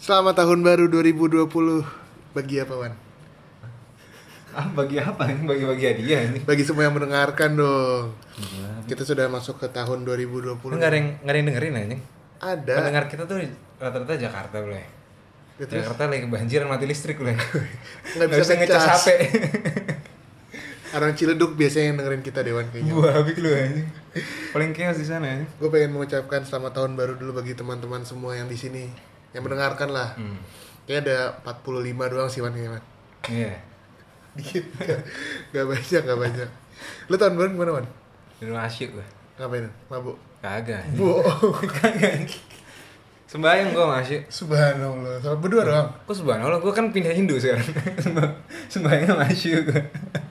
Selamat tahun baru 2020. Bagi apa, Wan? Bagi apa? Bagi hadiah ini. Bagi semua yang mendengarkan dong. Kita sudah masuk ke tahun 2020. Nggak ada yang dengerin aja. Ada. Pendengar kita tuh rata-rata Jakarta boleh. Ya, terus? Jakarta lagi kebanjiran mati listrik boleh. Nggak bisa ngecas HP. Orang Ciledug biasanya yang dengerin kita, Dewan, kayaknya. Buah habis lu aja. Paling chaos di sana ya. Gue pengen mengucapkan selamat tahun baru dulu bagi teman-teman semua yang di sini, yang mendengarkan lah. Kayaknya ada 45 doang sih, Wan, kayaknya, Wan. Iya. Dikit. Gak banyak. Lu tahun baru gimana, Wan? Di rumah asyik gua. Ngapain? Mabuk? Kagak. Bohong. Kagak. Sembayang gua masih. Subhanallah. Sama berdua doang. Kok subhanallah, gua kan pindah Hindu sekarang. Sembayang masih gua.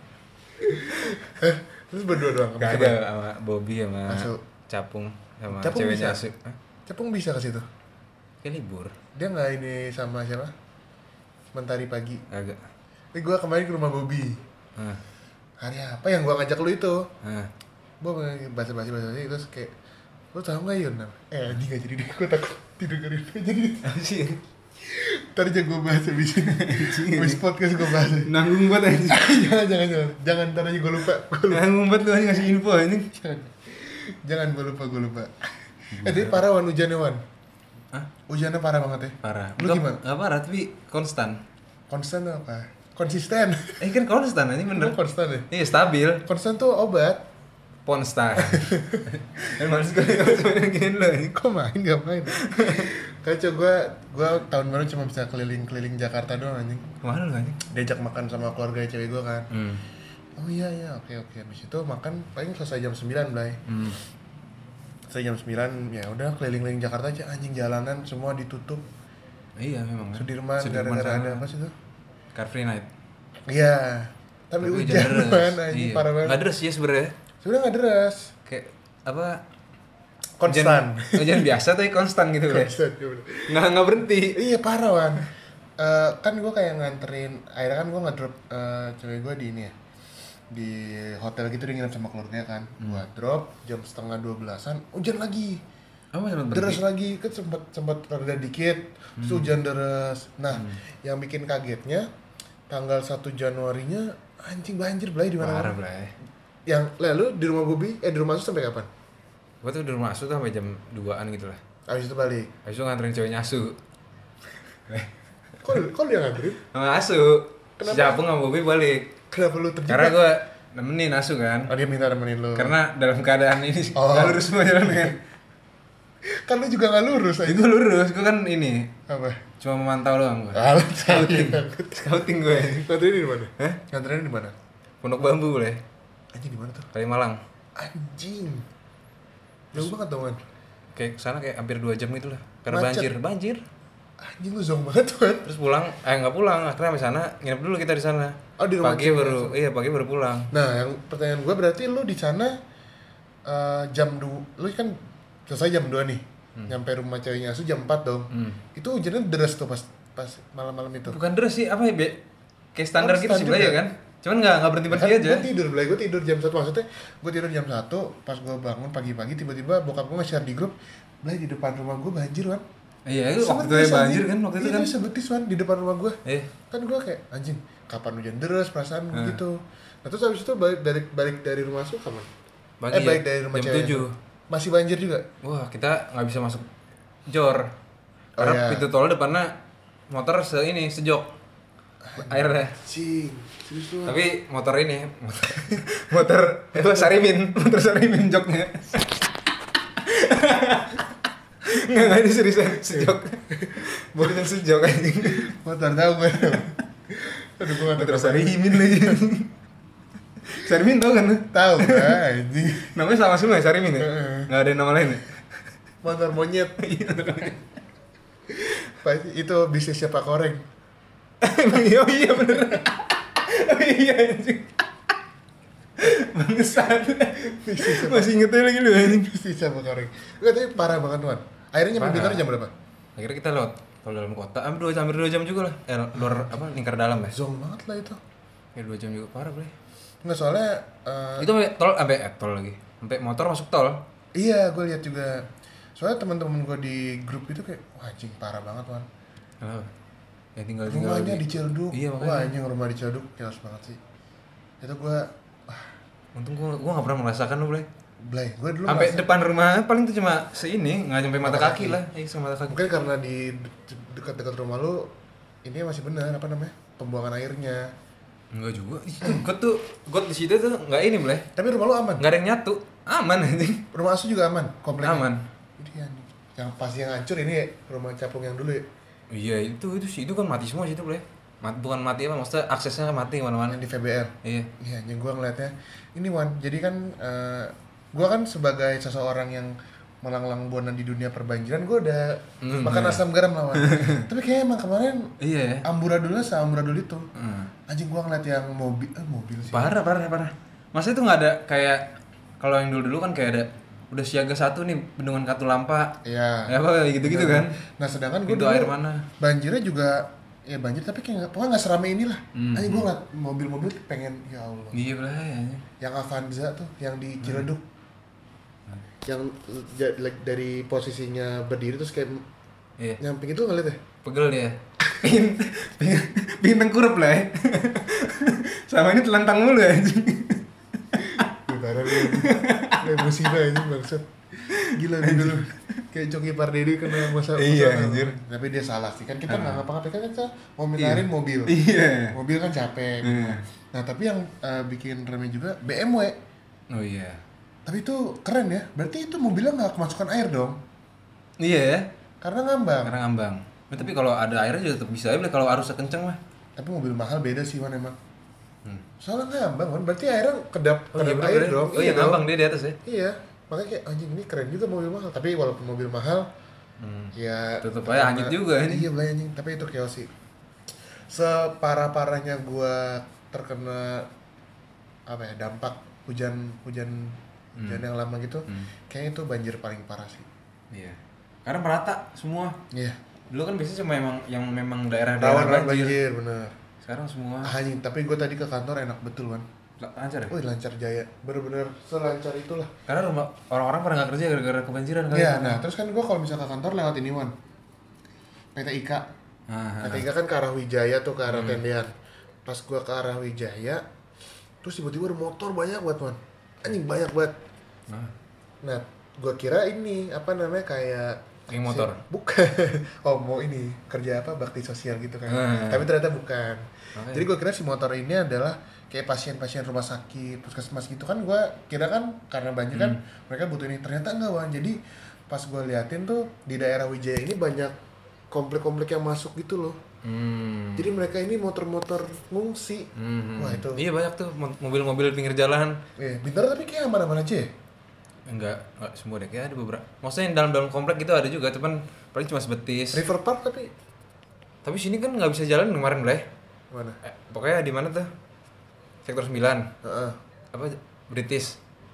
Terus berdua doang? Kagak sama Bobby sama Asu. Capung sama Capung ceweknya bisa? Asu. Hah? Capung bisa ke situ? Kayak libur. Dia nggak ini sama siapa? Mentari pagi. Kagak. Tapi gue kemarin ke rumah Bobby. Hah. Hari apa yang gue ngajak lu itu? Hah. Gue basa-basi terus kayak, lu tau nggak Yun? Ini nggak jadi deh. Gue takut didengerin. Jadi Apa sih? tadi aja gue bahas abis podcast gue bahas. Nanggung banget aja. Jangan ntar aja gue lupa. Nanggung banget lu aja ngasih info aja. Jangan gue lupa. Tapi parah, Wan, hujannya, Wan. Hah? Hujannya parah banget ya. Parah. Lu gimana? Enggak parah tapi konstan. Konstan tuh apa? Konsisten. Kan konstan aja bener. Konstan ya? Iya, stabil. Konstan tuh obat. Ponstan. Dan males gue kalau gini lo ini. Kok main gak main? Kacau, gue tahun baru cuma bisa keliling-keliling Jakarta doang, anjing. Kemana lu anjing? Diajak makan sama keluarga cewek gue kan. Hmm. Oh iya, oke. Habis itu makan paling selesai jam 9, Blay. Selesai jam 9, ya udah keliling-keliling Jakarta aja, anjing. Jalanan semua ditutup. Iya memang kan. Sudirman gara-gara sana. ada apa sih tuh? Car Free Night. Iya. Tapi hujan deras. man, anjing, Iya. parah banget. Nggak deras ya sebenarnya. Sebenarnya nggak deras. Kayak apa? Konstan. Hujan biasa tapi konstan gitu kan. Konstan, ya bener. Nggak berhenti. Iya, parah, Wan. Kan gue kayak nganterin, akhirnya kan gue ngedrop cewek gue di ini ya, di hotel gitu, dia nginep sama keluarganya kan. Gue drop jam setengah 12-an, hujan lagi, Apa yang deras lagi, kan sempat reda dikit, terus hujan deras. Nah, yang bikin kagetnya tanggal 1 Januarinya anjing banjir Blay di mana? Parah Blay. Yang lalu di rumah Bobby, di rumah Asu sampai kapan? Gue tuh di rumah Asu tuh sampai jam 2-an gitu lah. Abis itu balik. Habis itu nganterin ceweknya Asu. Kok dia nganterin? Sama Asu. Kenapa? Si Capung sama Bobby balik. Kenapa lu terjebak? Karena gue nemenin Asu kan. Oh, dia minta nemenin lu. Karena dalam keadaan ini Oh. gak lurus semua jalan kan. Kan lu juga gak lurus aja. Gue lurus, gue kan ini Apa? cuma memantau doang gue. Alat Scouting gue. Nganterin di mana? Hah? Nganterin di mana? Pondok Bambu boleh. Anjing di mana tuh? Kalimalang. Anjing. Jauh banget dong, kan? Kayak kesana kayak hampir 2 jam gitu lah. Karena Macet. banjir. Anjing lu zong banget tuh, kan? Terus pulang, nggak pulang. Akhirnya sampai sana nginep dulu kita di sana. Oh, di rumah pagi cewek baru, iya pagi baru pulang. Nah, yang pertanyaan gue berarti lu di sana jam 2, lu kan selesai jam 2 nih. Nyampe rumah ceweknya Asu jam 4 dong. Itu hujannya deras tuh pas malam-malam itu. Bukan deras sih, apa ya, kayak standar gitu sih standar Blay ya juga. kan. Cuman nggak berhenti aja. Gue tidur, Blay. Gue tidur jam 1. Maksudnya gue tidur jam 1, pas gue bangun pagi-pagi tiba-tiba bokap gue nge-share di grup, Blay, di depan rumah gue banjir, Wan. Iya, itu waktu Sebetis, itu banjir anjing. kan waktu itu Iya, kan. sebetis, Wan, di depan rumah gue. Kan gue kayak, anjing, kapan hujan deras, perasaan gitu. Nah, terus habis itu balik dari rumah Asu kapan? Pagi Balik ya, dari rumah jam cewek 7. Asu. Masih banjir juga? Wah, kita nggak bisa masuk jor. Oh, Karena iya. pintu tol depannya motor sejok airnya. Cing, serius lu. Tapi motor ini, motor itu Sarimin, motor Sarimin joknya. Nggak ini seriusan sejok. Bukan sejok anjing. Motor tahu gue. Aduh, gue nggak Motor tahu. Sarimin lagi. Sarimin tau kan? Tahu kan, anjing. Namanya sama semua ya Sarimin ya? Nggak ada nama lain ya? Motor monyet. Pasti itu bisnisnya Pak Koreng. Oh iya bener. Oh iya anjing. Bangsat. Masih inget aja lagi lu anjing. Bisnisnya Pak Koreng. Enggak, tapi parah banget, Wan. Akhirnya nyampe Blitar jam berapa? Akhirnya kita lewat tol dalam kota. Hampir 2 jam juga lah. Luar apa lingkar dalam ya? Zong banget lah itu. Ya 2 jam juga parah boleh. Enggak, soalnya Itu sampai tol lagi. Sampai motor masuk tol. iya, gue lihat juga. Soalnya teman-teman gue di grup itu kayak, wah anjing parah banget, Wan. Kenapa? Yang tinggal Rumahnya di Ciledug. Iya, makanya. Wah anjing rumah di Ciledug chaos banget sih. Itu gue Untung gua nggak pernah merasakan lu, Blay. gue dulu Sampai merasa- depan rumah paling tuh cuma seini, nggak sampai mata Mata kaki kaki. lah. Iya, sama mata kaki. mungkin karena di dekat-dekat rumah lu ini masih benar apa namanya pembuangan airnya. Enggak juga. Got di situ tuh nggak ini, Blay. Tapi rumah lu aman. Nggak ada yang nyatu. Aman anjing. Rumah Asu juga aman, kompleknya. Aman. Ini anjing. Yang pasti yang hancur ini ya, rumah capung yang dulu ya. Iya, itu kan mati semua situ, Blay. Bukan mati apa, maksudnya aksesnya mati kemana-mana. Yang di VBR. Iya. Iya, anjing gua ngeliatnya. Ini Wan, jadi kan gua kan sebagai seseorang yang melanglang buana di dunia perbanjiran, gua udah makan asam garam lawan. Tapi kayaknya emang kemarin Iya. amburadulnya seamburadul itu. Anjing gua ngeliat yang mobil sih. Parah. Masa itu nggak ada kayak kalau yang dulu kan kayak ada udah siaga 1 nih bendungan Katulampa. Iya. Ya apa gitu-gitu kan. Nah, sedangkan gua Pintu dulu air mana? banjirnya juga ya banjir tapi kayak pokoknya nggak serame inilah. Anjing gua ngeliat mobil-mobil pengen ya Allah. Iya Blay. Yang Avanza tuh yang di Ciledug. Yang dari posisinya berdiri terus kayak Iya. nyamping itu ngeliat ya? Pegel dia. Pingin tengkurap lah ya. Sama ini telentang mulu ya anjing. Gimana lu musibah ini maksud. Gila nih dulu. Kayak Coki Pardede kena masalah. Iya, anjir. Tapi dia salah sih kan kita nggak ngapa-ngapain kan kita mau nginarin mobil. Iya. Mobil kan capek. Nah tapi yang bikin rame juga BMW. Oh iya. Tapi itu keren ya. Berarti itu mobilnya nggak kemasukan air dong. Iya ya. Karena ngambang. Karena ngambang. Nah, tapi kalau ada airnya juga tetap bisa aja kalau arusnya kenceng mah. Tapi mobil mahal beda sih Wan emang. Soalnya ngambang kan, berarti airnya kedap iya, air bener. dong. Oh iya ngambang dia di atas ya. Iya, makanya kayak anjing ini keren juga mobil mahal. Tapi walaupun mobil mahal, ya Tetep aja hanyut juga ini. Iya belah anjing, tapi itu chaos sih. Separah-parahnya gua terkena apa ya dampak hujan yang lama gitu, kayaknya itu banjir paling parah sih. Iya. Karena merata semua. Iya. Dulu kan biasanya cuma memang Rawan daerah-daerah banjir bener. Sekarang semua Anjing, tapi gua tadi ke kantor enak betul kan. lancar ya. Wih lancar jaya, bener-bener selancar itulah. Karena orang-orang pada nggak kerja gara-gara kebanjiran kali. Iya, nah terus kan gue kalau misalnya ke kantor lewat ini Wan PT Ika. PT Ika kan ke arah Wijaya tuh, ke arah Tendean. Pas gue ke arah Wijaya, terus tiba-tiba ada motor banyak banget Wan. Anjing banyak banget. Nah, gue kira ini apa namanya kayak Geng motor? Bukan. Oh mau ini kerja apa bakti sosial gitu kan. Tapi ternyata bukan. Jadi gue kira si motor ini adalah kayak pasien-pasien rumah sakit, puskesmas gitu kan. Gue kira kan karena banjir kan mereka butuh ini. Ternyata enggak Wan. Jadi pas gue liatin tuh di daerah Wijaya ini banyak komplek-komplek yang masuk gitu loh. Jadi mereka ini motor-motor ngungsi. Wah itu. Iya banyak tuh mobil-mobil pinggir jalan. Bintaro tapi kayak aman-aman aja ya? Enggak semua deh, kayak ada beberapa. Maksudnya yang dalam komplek gitu ada juga, cuman paling cuma sebetis. River Park Tapi sini kan nggak bisa jalan kemarin Blay. mana? Pokoknya di mana tuh? Sektor 9. Apa British.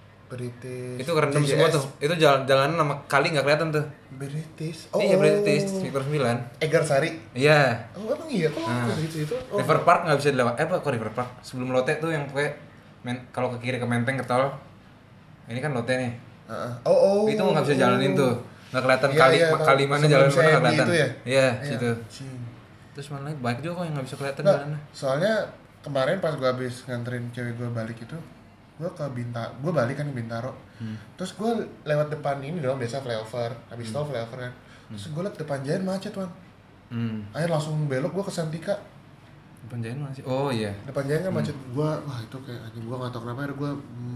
Itu kerendam semua tuh. Itu jalanan sama kali nggak kelihatan tuh. British. Iya British, sektor 9. Egarsari. Iya. Oh emang iya kok gitu-gitu. River Park nggak bisa dilewat. Apa kok River Park? Sebelum Lotte tuh yang kayak kalau ke kiri ke Menteng ke tol. Ini kan Lotte nih. Itu nggak bisa jalanin tuh. Nggak kelihatan kali mana jalan mana nggak kelihatan. Iya, situ. Terus mana lagi banyak juga kok yang nggak bisa kelihatan jalannya. Soalnya kemarin pas gue habis nganterin cewek gue balik itu, gue balik kan ke Bintaro. Terus gue lewat depan ini dong, biasa flyover, habis tol flyover kan. Terus gue liat depan Jayan macet Wan. Akhirnya langsung belok gue ke Santika. Depan Jayan masih. Oh iya. Depan Jayan kan macet. Gue wah itu kayak anjing, gue nggak tahu kenapa akhirnya gue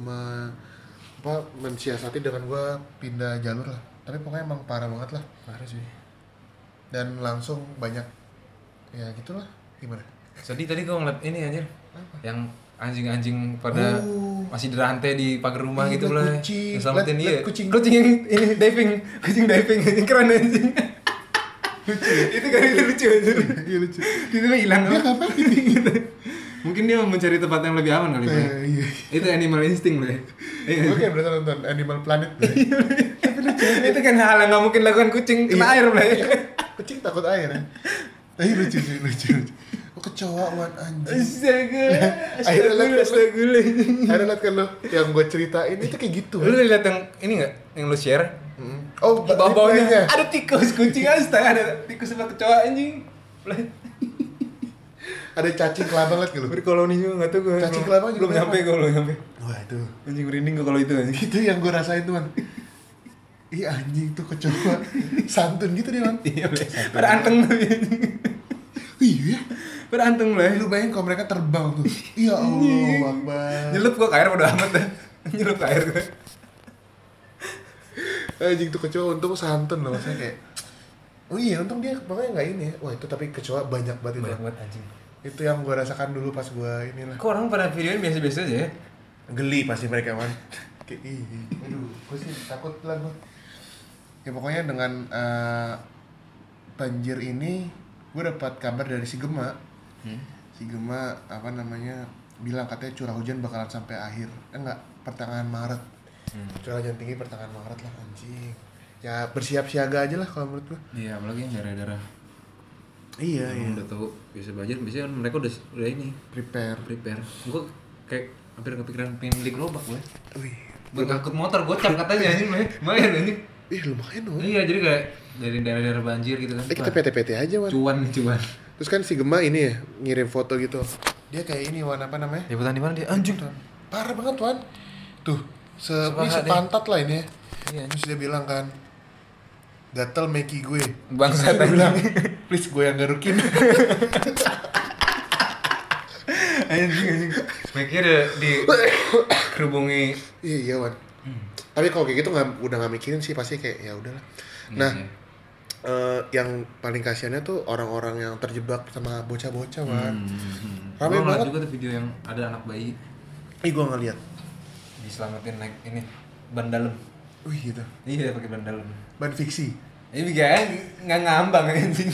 mensiasati dengan gue pindah jalur lah. Tapi pokoknya emang parah banget lah. Parah sih. Dan langsung banyak ya gitulah. Gimana? Sedih tadi gue ngeliat ini anjir. Yang anjing-anjing pada masih dirantai di pagar rumah gitu lah. Yang selamatin dia. Kucing yang ini diving, kucing diving anjing keren anjing. Lucu ya? Itu kan itu lucu anjir. Iya lucu. Itu mah hilang. Dia ngapain gitu? Mungkin dia mencari tempat yang lebih aman kali ya. Iya. Itu animal instinct loh. Gue kayak berasa nonton Animal Planet. Itu kan hal yang nggak mungkin lakukan kucing kena air loh. Kucing takut air ya. Tapi lucu. Oh kecoa Wan anjing. Astaga. Akhirnya liat kan lo yang gue ceritain itu kayak gitu. Lu lihat yang ini nggak? Yang lu share? Oh di bawahnya ada tikus kucing astaga, ada tikus sama kecoa anjing. Ada cacing kelabang liat gitu. Berkoloni juga enggak tahu gue. Cacing kelabang juga belum nyampe gue, belum nyampe. Wah itu. Anjing merinding gue kalau itu anjing. Itu yang gue rasain tuh man. Ih anjing tuh kecoa santun gitu dia man. Iya pada anteng tuh. Iya. Pada anteng lah. Lu bayangin kalau mereka terbang tuh. Iya Allah Akbar. Nyelup gue ke air udah amat dah. Nyelup ke air gue. Anjing tuh kecoa untung santun loh maksudnya kayak. Oh iya untung dia pokoknya nggak ini ya. Wah itu tapi kecoa banyak banget itu. Banyak banget anjing. Itu yang gue rasakan dulu pas gue inilah. Kok orang pada videoin biasa-biasa aja ya? Geli pasti mereka man. Kayak aduh gue sih takut lah gue. Ya pokoknya dengan banjir ini gue dapat kabar dari si Gema. Si Gema apa namanya bilang katanya curah hujan bakalan sampai akhir enggak pertengahan Maret. Curah hujan tinggi pertengahan Maret lah anjing. Ya bersiap siaga aja lah kalau menurut gue. Iya apalagi yang daerah-daerah. Iya iya. Udah tahu bisa banjir biasanya kan mereka udah ini Prepare. Gue kayak hampir kepikiran pengen beli gerobak gue. Wih. Berangkut motor gocap katanya anjing lumayan anjing. Lumayan loh. Iya jadi kayak dari daerah-daerah banjir gitu kan. Kita PT-PT aja Wan. Cuan. Terus kan si Gema ini ya ngirim foto gitu. Dia kayak ini Wan apa namanya? Liputan di mana dia? Anjing. Parah banget Wan. Tuh ini Sepakat sepantat lah ini ya. Iya. Terus dia bilang kan gatel Meki gue. Bangsat Dia bilang please gue yang garukin. Anjing. Mikir di kerubungi. Iya Wan. Tapi kalau kayak gitu udah nggak mikirin sih pasti kayak ya udahlah. Nah, yang paling kasihannya tuh orang-orang yang terjebak sama bocah-bocah Wan. Ramai banget juga tuh video yang ada anak bayi. Ih gue nggak lihat. Diselamatin naik ini ban dalam. Wih gitu. Iya pakai ban dalam. Ban fiksi. Ini kan nggak ngambang anjing.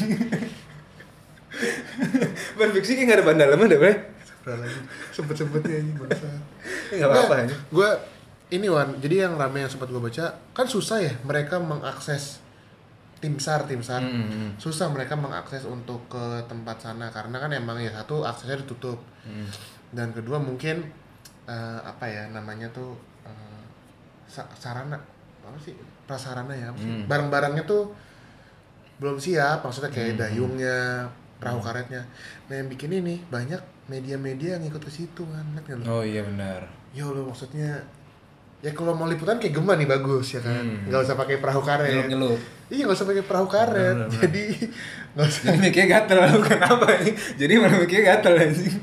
Ban fiksi kayak nggak ada ban dalam ada bre. Sempet-sempetnya anjing bangsa. Nggak apa-apa anjing. Gue ini Wan, jadi yang rame yang sempat gue baca kan susah ya mereka mengakses tim SAR. Susah mereka mengakses untuk ke tempat sana karena kan emang ya satu aksesnya ditutup. Dan kedua mungkin apa ya namanya tuh sarana apa sih prasarana ya apa sih? Barang-barangnya tuh belum siap maksudnya kayak dayungnya perahu karetnya. Nah yang bikin ini banyak media-media yang ikut ke situ kan. Oh iya benar. Yo lo maksudnya ya kalau mau liputan kayak Gema nih bagus ya kan. Nggak usah pakai perahu karet. Nyelup. Iya nggak usah pakai perahu karet. Bener. Jadi nggak usah. Jadi mikirnya gatel lalu kenapa ini? Jadi mana mikirnya gatel anjing.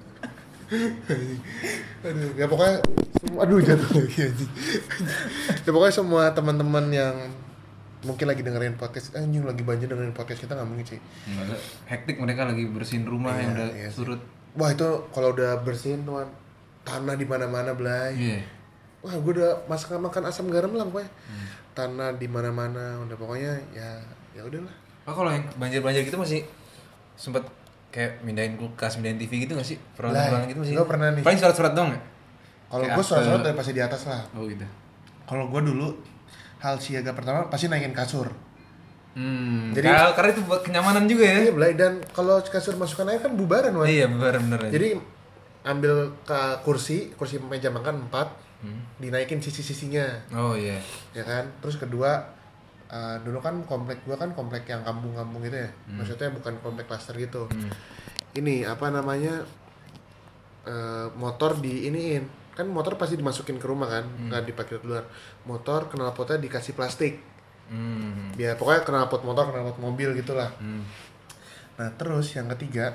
Aduh, ya pokoknya aduh jatuh lagi anjing. Ya pokoknya semua teman-teman yang mungkin lagi dengerin podcast anjing lagi banjir dengerin podcast kita nggak mungkin sih. Hektik mereka lagi bersihin rumah yang udah surut. Wah itu kalau udah bersihin tuan tanah di mana-mana Blay. Iya. Wah gue udah makan asam garam lah pokoknya. Tanah di mana-mana udah pokoknya ya udahlah. Oh kalau yang banjir gitu masih sempat kayak mindahin kulkas, mindahin TV gitu nggak sih? Peralatan gitu masih. Gue pernah nih. Paling surat-surat dong ya? Kalau gue surat-surat udah pasti di atas lah. Oh gitu. Kalau gue dulu hal siaga pertama pasti naikin kasur. Jadi karena itu buat kenyamanan juga ya. Iya Blay dan kalau kasur masukkan air kan bubaran Wan. Iya bubaran bener. Jadi ambil ke kursi meja makan 4 dinaikin sisi-sisinya. Oh iya. Ya kan. Terus kedua dulu kan komplek gua kan komplek yang kampung-kampung gitu ya. Maksudnya bukan komplek klaster gitu. Ini apa namanya motor diiniin. Kan motor pasti dimasukin ke rumah kan, nggak dipakai keluar. Motor knalpotnya dikasih plastik. Biar pokoknya knalpot motor, knalpot mobil gitulah. Nah terus yang ketiga,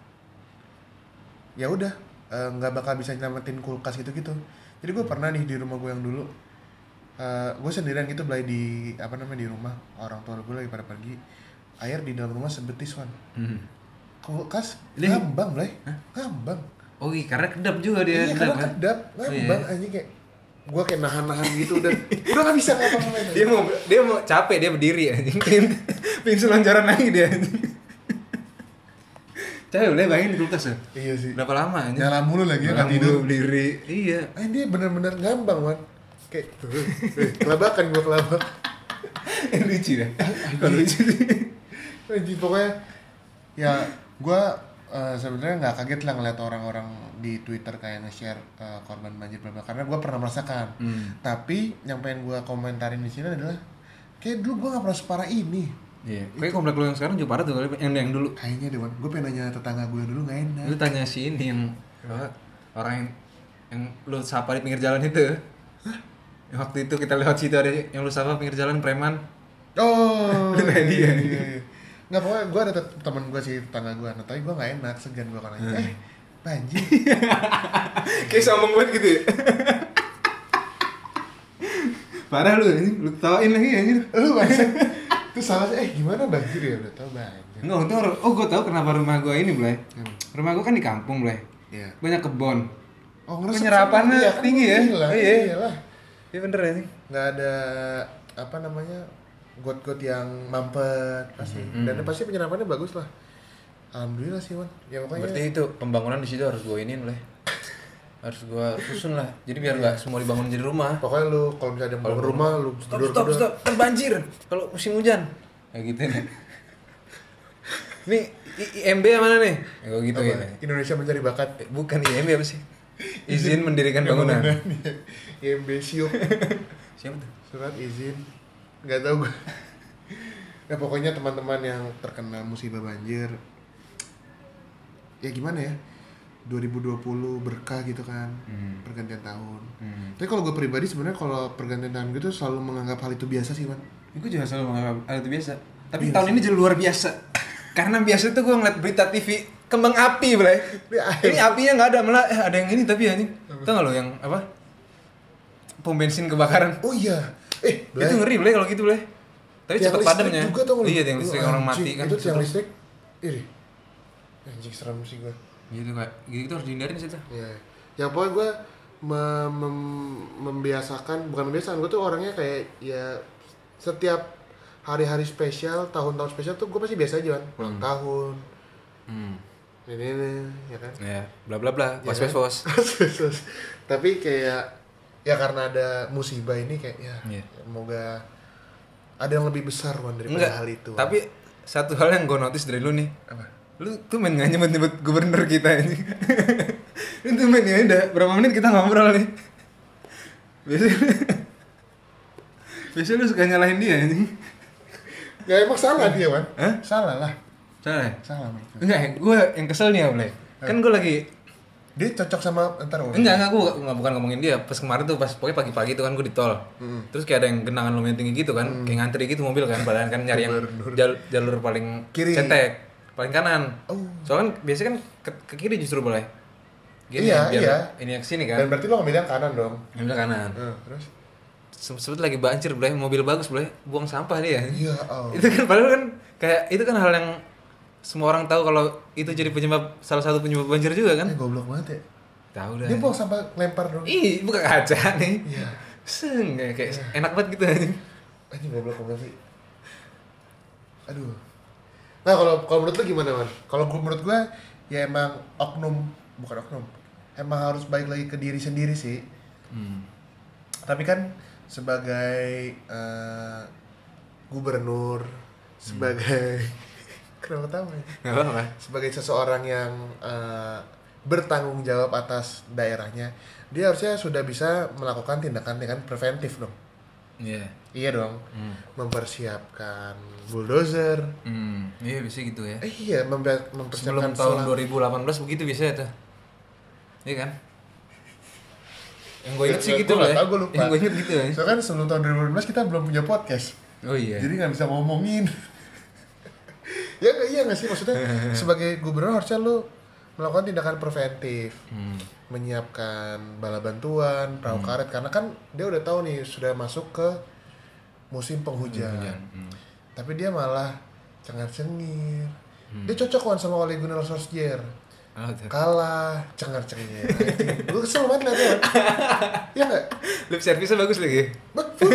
ya udah nggak bakal bisa nyelamatin kulkas gitu-gitu. Jadi gue pernah nih di rumah gue yang dulu, gue sendirian gitu Blay di apa namanya di rumah orang tua gue lagi pada pergi, air di dalam rumah sebetis Wan. Kulkas ngambang Blay, ngambang. Oh iya karena kedap juga dia. Iya karena kedap, ngambang anjing kayak gue kayak nahan-nahan gitu udah nggak bisa ngapa-ngapain. Dia mau capek dia berdiri anjing, pengen selonjoran lagi dia anjing. Capek boleh bayangin di kulkas ya? Iya sih. Berapa lama anjing? Nyala mulu lagi nggak tidur berdiri. Iya. Dia bener-bener ngambang Wan. Kayak kelabakan gue kelabak. Lucu dah. Kok lucu sih? Jadi pokoknya ya gue sebenarnya nggak kaget lah ngeliat orang-orang di Twitter kayak nge-share korban banjir berapa karena gue pernah merasakan. Tapi yang pengen gue komentarin di sini adalah kayak dulu gue nggak pernah separah ini. Iya. Kayak komplek lu yang sekarang juga parah tuh kali yang dulu. Kayaknya deh, Wan. Gue pengen nanya tetangga gue dulu nggak enak. Lu tanya si ini yang apa, orang yang lu sapa di pinggir jalan itu. Hah? Yang waktu itu kita lewat situ ada yang lu sapa pinggir jalan preman. Oh. Lu kayak dia. Iya. Nggak, pokoknya gue ada teman gue sih, tetangga gue. Nah, tapi gue nggak enak, segan gue kalau nanya. Banjir. Kayak sombong banget gitu ya. Parah lu tawain lagi anjir. Lu banjir. Terus salah gimana banjir ya? Udah tau banjir. Enggak, gue tahu kenapa rumah gue ini, Blay. Rumah gue kan di kampung, Blay. Iya. Banyak kebon. Oh, penyerapannya iya, kan tinggi ya. Iya lah. Iya bener ya sih. Nggak ada apa namanya got-got yang mampet pasti. Dan pasti penyerapannya bagus lah. Alhamdulillah sih, Wan. Ya pokoknya. Berarti itu pembangunan di situ harus gue iniin, Blay. Harus gue susun lah. Jadi biar nggak semua dibangun jadi rumah. Pokoknya lu kalau misalnya mau bangun rumah lu stop kan banjir kalau musim hujan. Kayak gitu nih. Ini IMB mana nih? Kayak gitu ya. Indonesia mencari bakat. Bukan IMB apa sih? Izin mendirikan bangunan. IMB siup. Siapa tuh? Surat izin. Enggak tahu gue. Ya pokoknya teman-teman yang terkena musibah banjir. Ya gimana ya? 2020 berkah gitu kan, pergantian tahun. Tapi kalau gue pribadi sebenarnya kalau pergantian tahun gitu selalu menganggap hal itu biasa sih, Man. Gue juga selalu menganggap hal itu biasa. Tapi tahun ini jadi luar biasa. Karena biasa tuh gue ngeliat berita TV kembang api, Blay. Ini apinya nggak ada, malah ada yang ini tapi anjing. Tau nggak lo yang apa? Pom bensin kebakaran. Oh iya. Blay. Itu ngeri, Blay, kalau gitu, Blay. Tapi cepet padamnya. Iya, yang listrik orang mati kan. Itu yang listrik. Anjing serem sih gue. Gitu Kak, gitu harus dihindarin sih tuh. Iya. Ya pokoknya gue membiasakan, bukan membiasakan, gue tuh orangnya kayak ya setiap hari-hari spesial, tahun-tahun spesial tuh gue pasti biasa aja kan. Ulang tahun. Ini ya kan. Ya, bla bla bla, was. Tapi kayak ya karena ada musibah ini kayak ya semoga ada yang lebih besar Wan daripada hal itu. Tapi satu hal yang gue notice dari lu nih. Apa? Lu tuh main gak nyebut-nyebut gubernur kita ini. Itu main ya udah berapa menit kita ngobrol nih. Biasanya lu suka nyalahin dia anjing. Ya emang salah dia, Wan. Hah? Salah lah. Salah ya? Salah. Enggak, gue yang kesel nih ya, Blay. Kan gue lagi dia cocok sama enggak gue bukan ngomongin dia. Pas kemarin tuh pas pokoknya pagi-pagi tuh kan gue di tol. Terus kayak ada yang genangan lumayan tinggi gitu kan, kayak ngantri gitu mobil kan, padahal kan nyari yang jalur paling kiri, cetek. Paling kanan. Soalnya kan biasanya kan ke kiri justru boleh. Gini, iya. Ini ke sini kan. Dan berarti lo ngambil yang kanan dong. Ngambil kanan. Terus sebut lagi banjir, boleh mobil bagus, boleh buang sampah dia. Iya. Itu kan padahal kan kayak itu kan hal yang semua orang tahu kalau itu jadi salah satu penyebab banjir juga kan. Goblok banget ya. Tahu dah. Dia buang sampah lempar dong. Ih, bukan kaca nih. Iya. Kayak enak banget gitu anjing. Anjing goblok sih. Aduh. Nah, kalau menurut lu gimana, Man? Kalau menurut gue ya emang bukan oknum. Emang harus balik lagi ke diri sendiri sih. Tapi kan sebagai gubernur, sebagai kenapa tahu ya? Enggak apa-apa. Sebagai seseorang yang bertanggung jawab atas daerahnya, dia harusnya sudah bisa melakukan tindakan preventif dong. Iya dong. Mempersiapkan bulldozer. Iya bisa gitu ya. Iya, mempersiapkan sebelum tahun 2018 begitu biasa ya tuh. Iya kan? Yang gue inget sih gitu lah. Yang gue inget gitu ya. Soalnya kan sebelum tahun 2018 kita belum punya podcast. Oh iya. Jadi nggak bisa ngomongin. Iya nggak sih, maksudnya sebagai gubernur harusnya lu melakukan tindakan preventif, menyiapkan bala bantuan, perahu karet, karena kan dia udah tahu nih sudah masuk ke musim penghujan. Tapi dia malah cengar-cengir. Dia cocok kan sama Ole Gunnar Solskjaer. Kalah, cengar-cengir. Gue kesel banget liatnya. Iya nggak? Lip service-nya bagus lagi. Betul.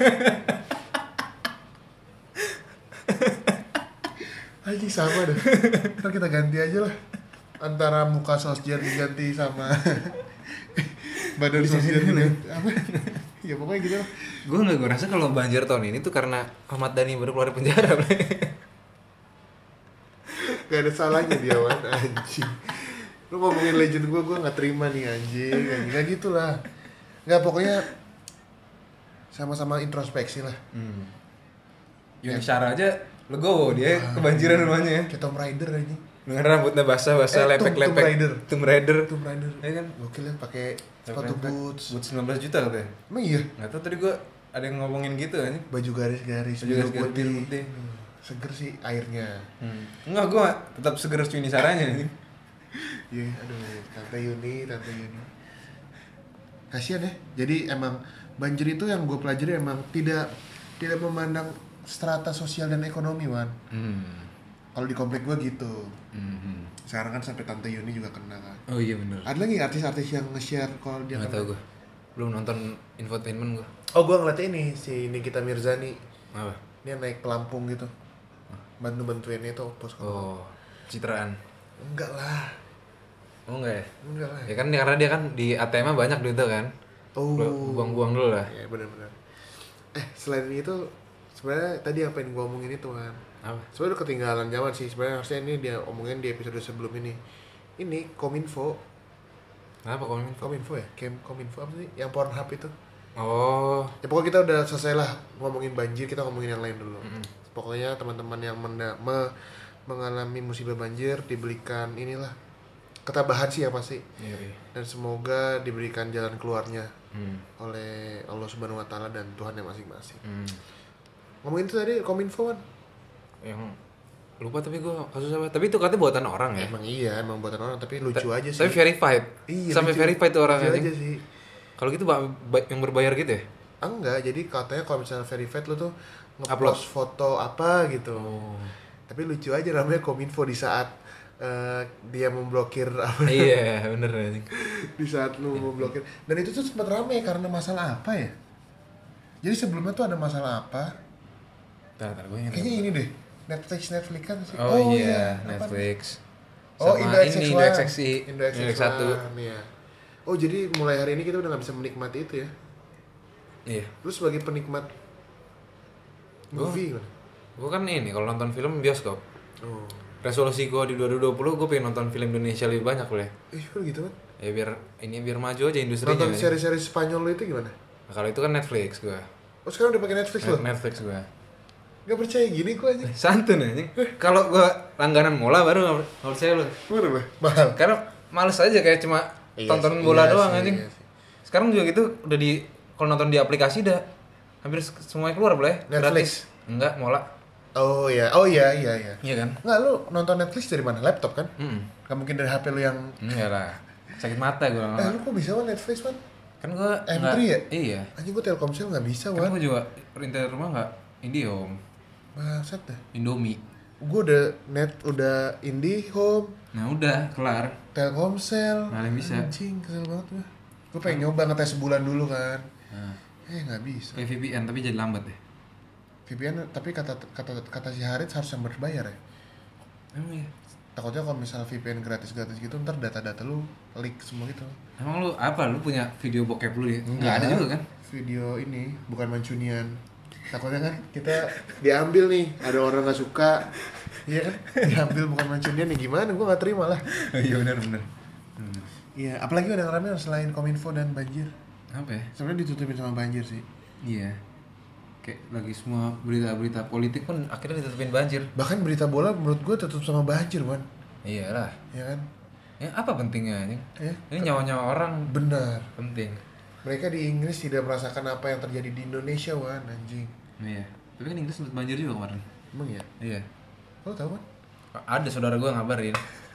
Anjing sama deh. Ntar kita ganti aja lah. Antara muka Solskjaer diganti sama badan Solskjaer apa? Ya pokoknya gitu lah. Gue rasa kalau banjir tahun ini tuh karena Ahmad Dhani baru keluar dari penjara. Gak ada salahnya dia, Wan, anjing. Lu ngomongin legend gue gak terima nih anjing. Gak gitu lah. Gak, pokoknya sama-sama introspeksi lah. Yuni Syara aja Legowo dia kebanjiran rumahnya ya. Kayak Tomb Raider aja. Dengan rambutnya basah-basah lepek-lepek. Tomb Raider. Ya kan? Gokil ya pakai sepatu boots. Boots 19 juta katanya. Emang iya? Enggak tahu tadi gua ada yang ngomongin gitu kan. Baju garis-garis. Baju garis-garis putih. Seger sih airnya. Enggak, gua tetap seger Cuni Saranya. Iya, aduh, Tante Yuni. Kasian ya. Jadi emang banjir itu yang gue pelajari emang tidak memandang strata sosial dan ekonomi, Wan. Kalau di komplek gue gitu. Sekarang kan sampai Tante Yuni juga kena kan. Oh iya benar. Ada lagi artis-artis yang nge-share kalau dia nggak kena? tahu gue. Belum nonton infotainment gue. Oh, gue ngeliatnya ini si Nikita Mirzani. Apa? Dia naik pelampung gitu. Bantu-bantuinnya itu pos. Oh, citraan. Enggak lah. Oh enggak ya? Enggak lah. Ya kan karena dia kan di ATM banyak duitnya kan. Oh. Buang-buang dulu lah. Iya, benar-benar. Selain itu sebenarnya tadi apa yang gue omongin itu kan. Apa? Sebenarnya udah ketinggalan zaman sih. Sebenarnya harusnya ini dia omongin di episode sebelum ini. Ini Kominfo. Apa Kominfo? Kominfo ya? Kominfo apa sih? Yang Pornhub itu. Oh. Ya pokoknya kita udah selesai lah ngomongin banjir, kita ngomongin yang lain dulu. Pokoknya teman-teman yang mengalami musibah banjir diberikan inilah ketabahan sih ya pasti. Iya. Dan semoga diberikan jalan keluarnya oleh Allah Subhanahu wa taala dan Tuhan yang masing-masing. Ngomongin itu tadi Kominfo kan? Yang lupa tapi gue kasus apa? Tapi itu katanya buatan orang ya. Emang buatan orang tapi lucu aja sih. Tapi verified. Iya, sampai lucu. verified tuh orang lucu aja sih. Kalau gitu yang berbayar gitu ya? Enggak, jadi katanya kalau misalnya verified lo tuh Upload nge-post foto apa gitu. Oh. Tapi lucu aja namanya Kominfo di saat dia memblokir apa. Iya, bener anjing. Di saat lu memblokir. Dan itu tuh sempat rame karena masalah apa ya? Jadi sebelumnya tuh ada masalah apa? Bentar, gue ingat. Kayaknya ini deh. Netflix kan sih. Oh iya, Netflix. Oh, sama Indo ini XX1. Indo XX1. Iya. Oh, jadi mulai hari ini kita udah gak bisa menikmati itu ya. Iya. Lu sebagai penikmat movie kan? Gue kan ini kalau nonton film bioskop. Oh. Resolusi gue di 2020 gue pengen nonton film Indonesia lebih banyak boleh. Kok gitu kan? Ya biar maju aja industrinya. Nonton seri-seri Spanyol lu itu gimana? Nah, kalau itu kan Netflix gue. Oh, sekarang udah pakai Netflix lo? Netflix gue. Gak percaya gini gue aja. Santun aja. Kalau gue langganan bola baru nggak percaya lu. Berapa? Mahal. Karena males aja kayak cuma tonton bola doang anjing. Sekarang juga gitu udah kalau nonton di aplikasi udah hampir semuanya keluar boleh. Netflix? Gratis. Enggak, mola. Oh iya. Iya kan? Nggak, lu nonton Netflix dari mana? Laptop kan? Gak mungkin dari HP lu yang... Enggak lah. Sakit mata gue. Lu kok bisa Wan Netflix Wan? Kan gue M3 ya? Iya. Anjing gue Telkomsel gak bisa Kan Wan. gue juga internet rumah nggak Indihome. Bangsat dah. Indomie. Gue udah Indihome, Nah udah kelar. Telkomsel. Nggak ada yang bisa. Anjing kesel banget gue. Gue pengen nyoba ngetes sebulan dulu kan. Nah, Gak bisa. kayak VPN tapi jadi lambat deh. VPN tapi kata si Harit harus yang berbayar ya. Emang iya. Takutnya kalau misalnya VPN gratis gitu ntar data-data lu leak semua gitu. Emang lu apa? Lu punya video bokep lu ya? Nggak ada juga kan? Video ini bukan mancunian. Takutnya kan kita diambil nih, ada orang nggak suka, iya kan? Diambil bukan mancunian nih gimana? Gue nggak terima lah. Iya benar. Iya, apalagi ada yang rame selain Kominfo dan banjir. Apa ya? Sebenarnya ditutupin sama banjir sih. Iya. Kayak lagi semua berita-berita politik pun akhirnya ditutupin banjir. Bahkan berita bola menurut gue tutup sama banjir, Wan. Iyalah. Ya kan? Ya apa pentingnya anjing? Ya. Ini nyawa-nyawa orang Benar. penting. Mereka di Inggris tidak merasakan apa yang terjadi di Indonesia, Wan, anjing. Iya. Tapi kan Inggris sempat banjir juga kemarin. Emang ya? Iya. Lo tahu kan? Ada saudara gue ngabarin.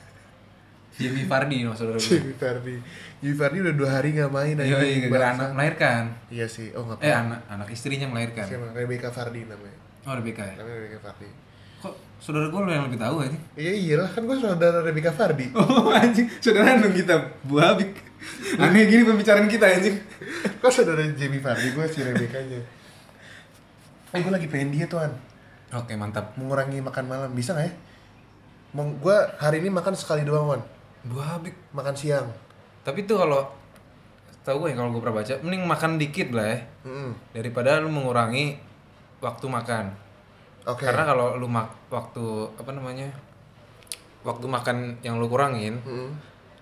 Jamie Vardy nama saudara gue. Jamie Vardy udah 2 hari nggak main aja. Iya, gara-gara anak melahirkan. Iya sih. Oh nggak. Anak istrinya melahirkan. Siapa? Rebecca Vardy namanya. Oh, Rebecca ya. Namanya Rebecca Vardy. Kok saudara gue lo yang lebih tahu aja? Iya iyalah kan gue saudara Rebecca Vardy. Oh anjing, saudara dong kita, Bu Habik. Aneh gini pembicaraan kita anjing. Kok saudara Jamie Vardy, gue si Rebecca-nya. Gue lagi pengen diet tuan. Oke mantap. Mengurangi makan malam, bisa gak ya? Gue hari ini makan sekali doang Wan. Bu Habik. Makan siang. Tapi tuh kalau tahu gue ya kalau gue pernah baca, mending makan dikit lah ya. Daripada lu mengurangi waktu makan. Oke. Karena kalau lu waktu waktu makan yang lu kurangin,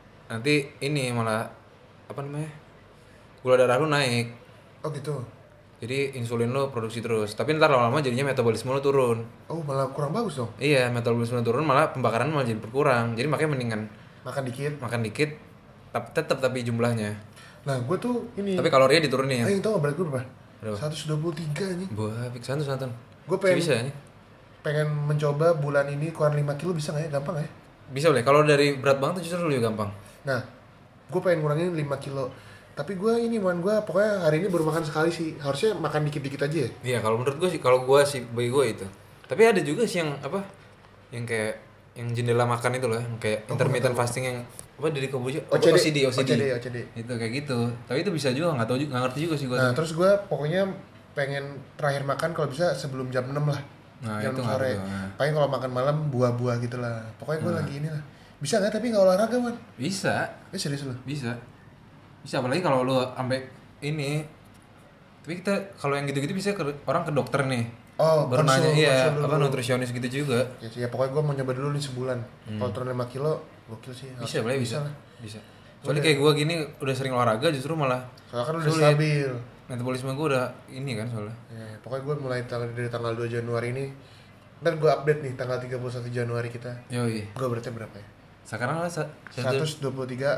nanti ini malah gula darah lu naik. Oh gitu. Jadi insulin lo produksi terus. Tapi ntar lama-lama jadinya metabolisme lo turun. Oh, malah kurang bagus dong. Iya, metabolisme turun malah pembakaran malah jadi berkurang. Jadi makanya mendingan makan dikit, tapi jumlahnya. Nah, gue tuh ini. Tapi kalorinya diturunin. Yang tahu berat gue berapa? Berapa? 123 nih. Buah, santan. Gue pengen bisa nih. Pengen mencoba bulan ini kurang 5 kilo, bisa nggak ya? Gampang ya? Bisa boleh. Kalau dari berat banget justru lebih gampang. Nah, gue pengen ngurangin 5 kilo. Tapi gue ini gue pokoknya hari ini baru makan sekali sih. Harusnya makan dikit-dikit aja ya. Iya, kalau menurut gue sih, bagi gue itu. Tapi ada juga sih yang apa? Yang kayak yang jendela makan itu loh, yang kayak intermittent fasting yang apa dari Kobujo? OCD. Itu kayak gitu. Tapi itu bisa juga, nggak ngerti juga sih gue. Nah, terus gue pokoknya pengen terakhir makan kalau bisa sebelum jam 6 lah. Nah, jam itu 6 sore. Paling kalau makan malam buah-buah gitu lah. Pokoknya gue lagi ini lah. Bisa nggak tapi nggak olahraga, Man? Bisa. Serius lo? Bisa, apalagi kalau lu sampai ini. Tapi kita kalau yang gitu-gitu bisa orang ke dokter nih. Oh, baru nanya iya, apa nutrisionis gitu juga. Ya pokoknya gue mau nyoba dulu nih sebulan. Kalau turun 5 kilo, gokil sih. Bisa. Soalnya kayak gue gini udah sering olahraga justru malah soalnya kan udah stabil. Metabolisme gue udah ini kan soalnya. Ya, pokoknya gue mulai dari tanggal 2 Januari ini. Ntar gue update nih tanggal 31 Januari kita. Yoi. Gue beratnya berapa ya? Sekarang lah 123,4.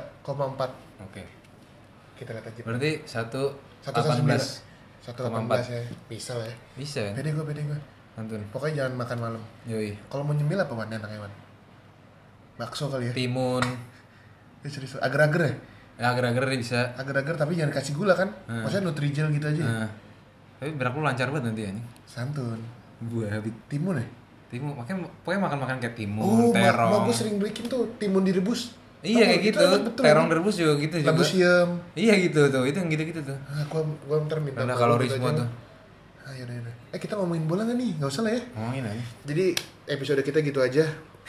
Oke. Kita lihat aja. Berarti 118 ya. Bisa lah ya. Bisa kan? Pede gue. Antun. Pokoknya jangan makan malam. Yoi. Kalau mau nyemil apa Wan? Enaknya Wan? Bakso kali ya? Timun. Serius. Agar-agar ya? Ya agar-agar bisa. Agar-agar tapi jangan kasih gula kan? Maksudnya Nutrijel gitu aja. Tapi berak lu lancar banget nanti ya nih. Santun. Buah habis. Timun ya? Timun, makanya pokoknya makan kayak timun, terong. Oh, gue sering bikin tuh timun direbus. Iya kayak gitu. Terong direbus juga gitu juga. Labusiem. Iya gitu tuh, itu yang gitu-gitu tuh. Gua ntar minta. Ada kalori semua tuh. Yaudah. Kita ngomongin bola nggak nih? Nggak usah lah ya. Ngomongin aja. Jadi episode kita gitu aja.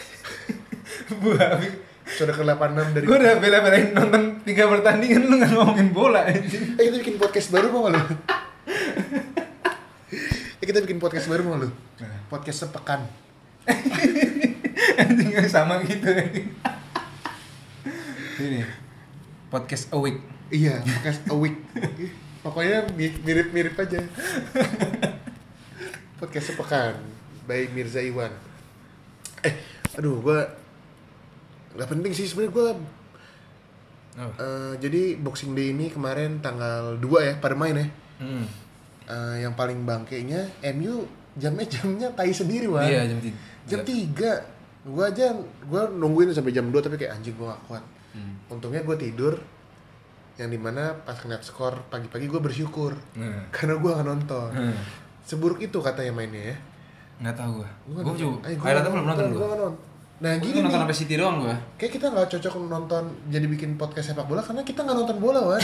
Buah. Episode ke-86 dari. Gue udah bela-belain nonton 3 pertandingan lu nggak ngomongin bola aja. Kita bikin podcast baru mau nggak lu? Kita bikin podcast baru mau lu? Podcast sepekan. Anjing sama gitu. Ini podcast a week. Iya, podcast a week. Pokoknya mirip-mirip aja. Podcast sepekan by Mirza Iwan. Aduh, gue nggak penting sih sebenarnya gue. Jadi Boxing Day ini kemarin tanggal 2 ya, pada main ya. Yang paling bangkainya MU jamnya tai sendiri Wan. Iya, jam 3. Gue nungguin sampai jam 2 tapi kayak anjing gue gak kuat. Untungnya gue tidur, yang dimana pas ngeliat skor pagi-pagi gue bersyukur karena gue gak nonton. Seburuk itu katanya mainnya ya. Nggak tahu gue juga akhirnya belum nonton gue. Nah gini nih, nonton sampai City doang gue. Kayak kita nggak cocok nonton jadi bikin podcast sepak bola karena kita nggak nonton bola Wan.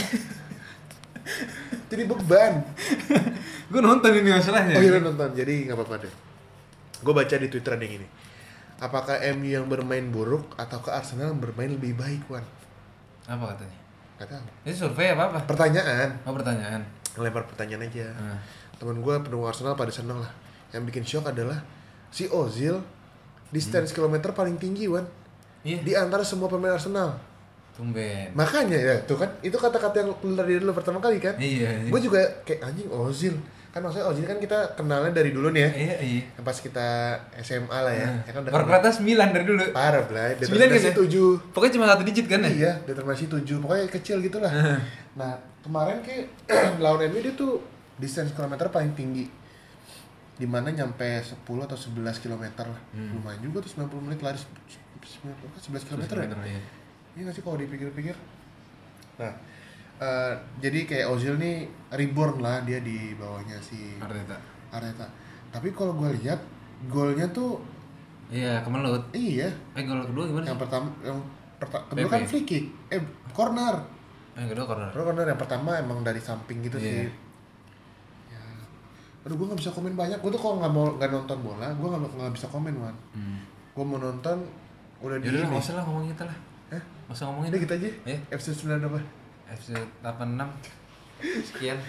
Jadi beban. Gue nonton ini masalahnya. Oh iya nonton, jadi nggak apa-apa deh. Gue baca di Twitter ada yang gini. Apakah MU yang bermain buruk ataukah Arsenal yang bermain lebih baik, Wan? Apa katanya? Gak tahu. Ini survei apa? Pertanyaan. Oh pertanyaan. Ngelempar pertanyaan aja. Temen gue pendukung Arsenal pada seneng lah. Yang bikin shock adalah si Ozil distance kilometer paling tinggi, Wan. Iya. Di antara semua pemain Arsenal. Tumben. Makanya ya, tuh kan, itu kata-kata yang keluar dari dulu pertama kali kan. Iya. Gue juga kayak anjing Ozil. Kan maksudnya Ozil kan kita kenalnya dari dulu nih ya. Iya. Pas kita SMA lah ya. Ya kan udah rata 9 dari dulu. Parah, Blay. 9 kan ya? 7. Pokoknya cuma 1 digit kan ya? Iya, determinasi 7. Pokoknya kecil gitulah. Nah, kemarin kayak lawan MU dia tuh distance kilometer paling tinggi. Dimana nyampe 10 atau 11 kilometer lah. Lumayan juga tuh 90 menit lari 11 kilometer ya. Iya nggak sih kalau dipikir-pikir. Nah, jadi kayak Ozil nih reborn lah dia di bawahnya si Arteta. Tapi kalau gue lihat golnya tuh iya kemelut. Iya. Gol kedua gimana sih? Yang kedua kan free kick. Corner. Yang kedua corner. Corner yang pertama emang dari samping gitu sih. Ya. Aduh gue nggak bisa komen banyak. Gue tuh kalau nggak nonton bola, gue nggak bisa komen Wan. Gue mau nonton udah di. Yaudah nggak usah lah ngomongin kita lah. Nggak usah ngomongin. Udah gitu aja. Iya. Episode 9 apa? Episode 86. Sekian.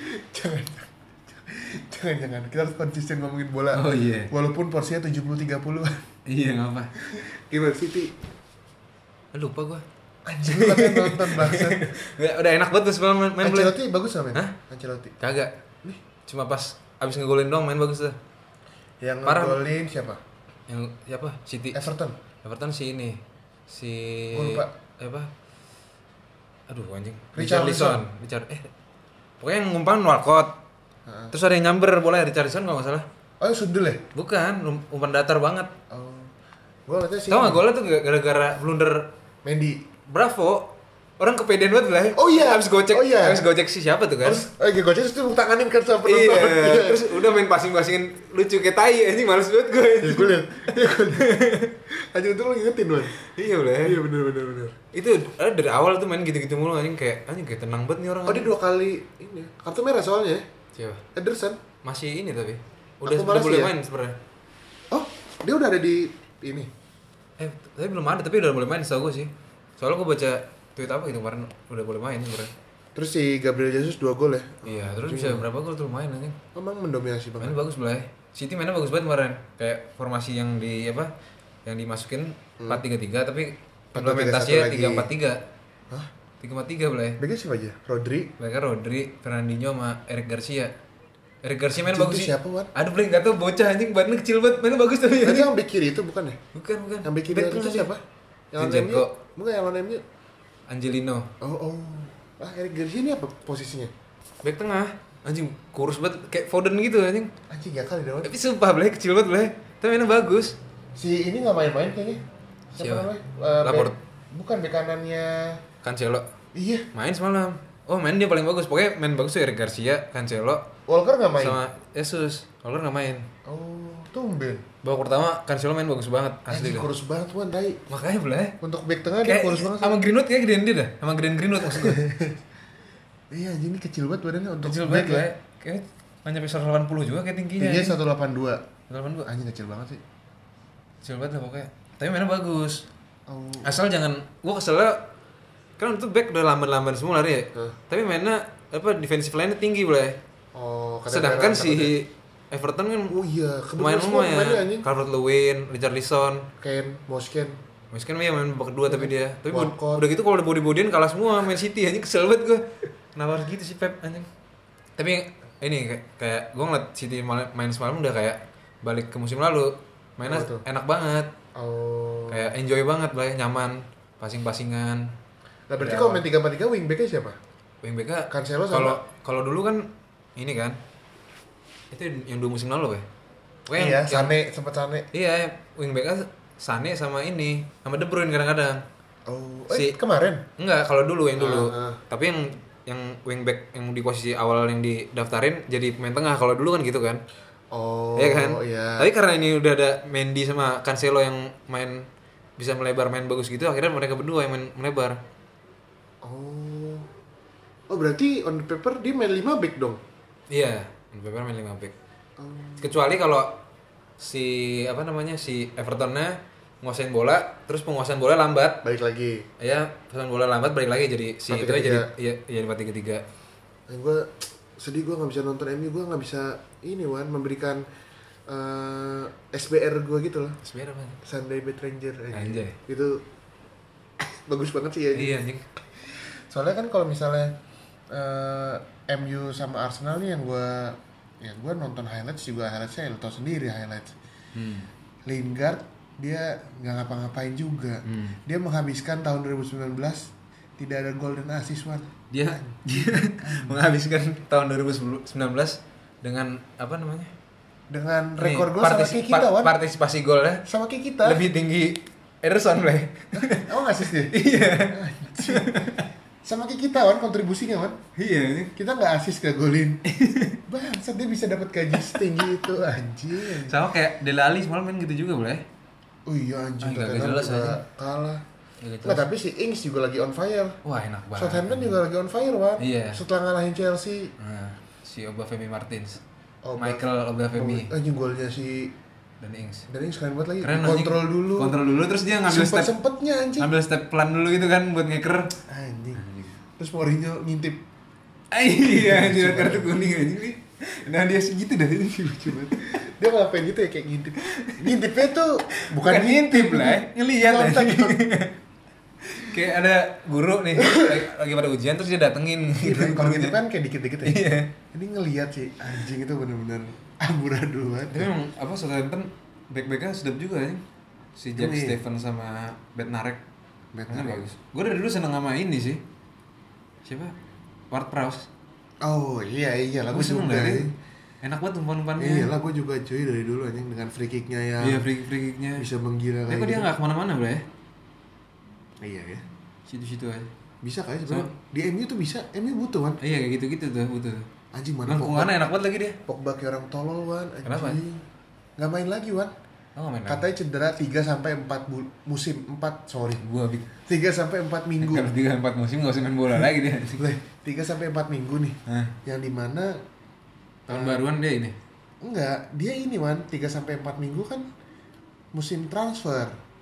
Jangan. Kita harus konsisten ngomongin bola. Oh iya. Walaupun porsinya 70-30. Iya ngapa? Gimana City? Lupa gua. Anjing lu kan nonton bangsa. Udah enak banget tuh sebelum main bola. Ancelotti bagus gak main? Hah? Ancelotti? Kagak. cuma pas abis ngegolin doang main bagus tuh. Yang Parah. ngegolin siapa? Yang siapa? City. Everton si ini. Si lupa. apa? Aduh anjing. Richarlison. Pokoknya yang ngumpan Walcott. Terus ada yang nyamber bola Richarlison kalau enggak salah. Oh, sundul ya? Bukan, umpan datar banget. Oh. Gua ngeliatnya sih. Tahu enggak golnya tuh gara-gara blunder Mendy. Bravo. Orang kepedean banget lah. Oh iya. Habis gocek. Oh iya. Habis gocek si siapa tuh kan? Gocek terus tepuk tanganin kan sama penonton. Iya. Terus udah main passing-passingin lucu kayak tai anjing males banget gue. Ya gue liat. Anjing itu lo ngingetin banget. Iya boleh. Iya bener. Itu dari awal tuh main gitu-gitu mulu anjing kayak tenang banget nih orang. Oh dia 2 kali ini. Kartu merah soalnya. Siapa? Ederson. Masih ini tapi. Udah boleh main sebenarnya. Oh, dia udah ada di ini. Tapi belum ada, tapi udah boleh main setahu gue sih. Soalnya gue baca tweet apa gitu kemarin udah boleh main sebenarnya. Terus si Gabriel Jesus 2 gol ya? Iya, terus bisa berapa gol tuh lumayan anjing. Emang mendominasi banget. Main bagus belah. City mainnya bagus banget kemarin. Kayak formasi yang di apa? Yang dimasukin 4-3-3 tapi implementasinya 3-4-3. Hah? 3-4-3 belah. Bega siapa aja? Rodri. Mereka Rodri, Fernandinho sama Eric Garcia. Eric Garcia main bagus sih. Siapa, Wan? Aduh, boleh enggak tahu bocah anjing badannya kecil banget, mainnya bagus tapi. Tadi yang bek kiri itu bukan ya? Bukan. Yang bek kiri itu siapa? Yang lawan Zinchenko. MU? Bukan yang lawan MU. Angelino. Oh. Eric Garcia ini apa posisinya? Bek tengah. Anjing kurus banget kayak Foden gitu anjing. Anjing gak kali dong. Tapi sumpah belah kecil banget belah. Tapi mainnya bagus. Si ini enggak main-main kayaknya. Siapa? Namanya? Laporte. Bukan bek kanannya. Cancelo. Iya. Main semalam. Oh, main dia paling bagus. Pokoknya main bagus tuh Eric Garcia, Cancelo, Walker enggak main. sama Jesus. Walker enggak main. Oh, tumben. Babak pertama Cancelo main bagus banget asli Anjing dah. kurus banget Wan, tai. Makanya belah. Untuk bek tengah dia Kayak kurus banget. sama Greenwood kayak gedean dia dah. Sama Greenwood maksud gue. Iya, anjing ini kecil banget badannya untuk Kecil bek banget lah. Kayak nggak nyampe 180 juga kayak tingginya. Tingginya 182. 182. Anjing kecil banget sih. Kecil banget lah pokoknya. Tapi mainnya bagus. Oh. Asal jangan, gua keselnya kan itu back udah lamban-lamban semua lari ya. Tapi mainnya defensive line-nya tinggi boleh. Oh, Sedangkan si Everton kan lumayan. Calvert-Lewin, Richarlison, Kane, Mosken. Mungkin ya main babak kedua tapi dia. Tapi Walcott. udah gitu kalau udah body-bodyan kalah semua main City anjing kesel banget gua. Kenapa harus gitu sih Pep anjing. Tapi ini kayak gua ngeliat City main semalam udah kayak balik ke musim lalu. Mainnya enak banget. Oh. Kayak enjoy banget lah, nyaman, passing-passingan. Nah, berarti kalau main 3-4-3 wingback-nya siapa? Wingback-nya Cancelo sama kalau dulu kan ini kan. Itu yang 2 musim lalu ya. Pokoknya iya, Sane, sempat Sane. Iya, wingback-nya Sane sama ini, sama De Bruyne kadang-kadang. Oh, kemarin? Enggak, kalau dulu yang dulu. Tapi yang wingback yang di posisi awal yang didaftarin jadi pemain tengah. Kalau dulu kan gitu kan. Oh, iya kan? Iya. Tapi karena ini udah ada Mendy sama Cancelo yang main bisa melebar, main bagus gitu, akhirnya mereka berdua yang main melebar. Oh, berarti on the paper dia main 5 back dong? Iya, on paper main 5 back. Kecuali kalau si Evertonnya nguasain bola, terus penguasaan bola lambat. Balik lagi. Iya, penguasaan bola lambat balik lagi jadi si itu jadi 4-3-3. Gue sedih, gue nggak bisa nonton MU, gue nggak bisa memberikan SBR gue gitu loh. SBR apa? Sunday Bad Ranger. Anjay. Itu bagus banget sih ya. Iya anjing. Soalnya kan kalau misalnya MU sama Arsenal nih yang gue nonton highlights juga, highlightsnya lo tau sendiri highlights. Lingard dia nggak ngapa-ngapain juga. Dia menghabiskan tahun 2019 tidak ada gol dan assist, Wan. Dia menghabiskan tahun 2019 dengan apa namanya? Dengan rekor gol sama kayak kita, Wan. Partisipasi golnya sama kayak kita. Lebih tinggi Ederson, Blay. Oh, ngasih dia? Iya. Sama kayak kita, Wan, kontribusinya, Wan. Iya. Kita nggak assist, nggak golin. Bangsat, dia bisa dapat gaji setinggi itu, anjing. Sama kayak Dele Alli semalam kan gitu juga, Blay. Oh iya, anjing. Gak jelas aja. Kalah. Nah, tapi si Ings juga lagi on fire. Wah, enak banget. Southampton juga lagi on fire, Wan. Iya. Setelah ngalahin Chelsea. Nah, si Obafemi Martins. Michael Obafemi. Anjing golnya si Dan Ings keren banget lagi. Keren, kontrol dulu terus dia ngambil sempetnya anjing. Ngambil step pelan dulu gitu kan buat ngeker. Anjing. Terus Mourinho ngintip. Iya, dia kartu kuning anjing. Nah, dia segitu dah ini lucu banget. Dia ngapain gitu ya kayak ngintip. Ngintipnya tuh bukan ngintip lah, ngelihat aja. Kayak ada guru nih lagi pada ujian terus dia datengin gitu. Kalau gitu kan kayak dikit-dikit ya. Iya. Ini ngelihat sih anjing itu benar-benar amburadul banget. Tapi emang apa Southampton back-backnya sedap juga ya. Si Jack Stephen sama Bednarek. Bagus. Gue dari dulu seneng sama ini sih. Siapa? Ward-Prowse. Oh iya lah gue seneng juga. dari enak banget umpan-umpannya. Iya lah gue juga cuy dari dulu anjing dengan free kicknya yang iya free kicknya bisa menggila kayak kok dia nggak kemana-mana boleh ya? Iya ya. Situ-situ aja. Bisa kayak sebenarnya. Di MU tuh bisa. MU butuh kan? Iya kayak gitu-gitu tuh butuh. Anjing mana lingkungannya enak banget lagi dia. Pogba kayak orang tolol wan. Anjing. Kenapa? Nggak main lagi wan. Oh, main katanya lagi. cedera 3 sampai 4 musim 4 sorry. Gua 3 sampai 4 minggu. Kalau 3-4 musim nggak usah main bola lagi dia. 3 sampai 4 minggu nih. Yang dimana tahun baruan dia ini. Enggak, dia ini wan 3 sampai 4 minggu kan musim transfer.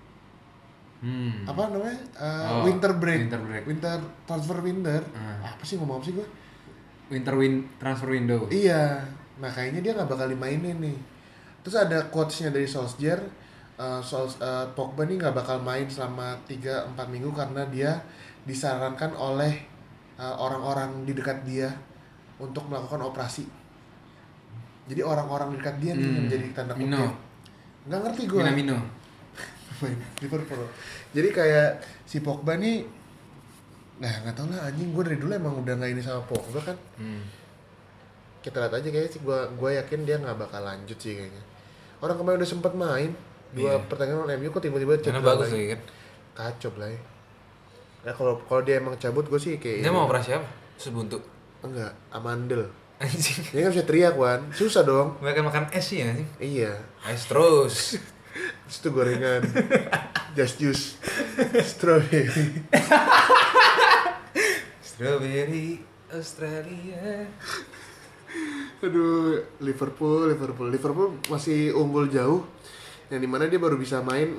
Apa namanya? Winter break. Winter transfer winter. Apa sih ngomong apa sih gue? Transfer window. Iya. Nah kayaknya dia nggak bakal dimainin nih. Terus ada quotes-nya dari Solskjaer, Pogba nih nggak bakal main selama 3-4 minggu karena dia disarankan oleh orang-orang di dekat dia untuk melakukan operasi. Jadi orang-orang di dekat dia nih yang menjadi tanda kutip. Nggak ngerti gue. Minamino. Liverpool. Jadi kayak si Pogba nih, nah nggak tahu lah anjing, gue dari dulu emang udah nggak ini sama Pogba kan. Kita lihat aja kayaknya sih, gue yakin dia nggak bakal lanjut sih kayaknya. Orang kemarin udah sempet main 2 pertandingan MU kok tiba-tiba cedera bagus lagi kan. Kacau lah ya. Nah kalau dia emang cabut gue sih kayak dia mau operasi apa? Sebuntu? Enggak, amandel. Anjing. Dia nggak bisa teriak Wan, susah dong. Makan es sih ya anjing. Iya. Es terus. Itu gorengan. Just juice. Strawberry. Strawberry Australia. Aduh, Liverpool masih unggul jauh. Yang dimana dia baru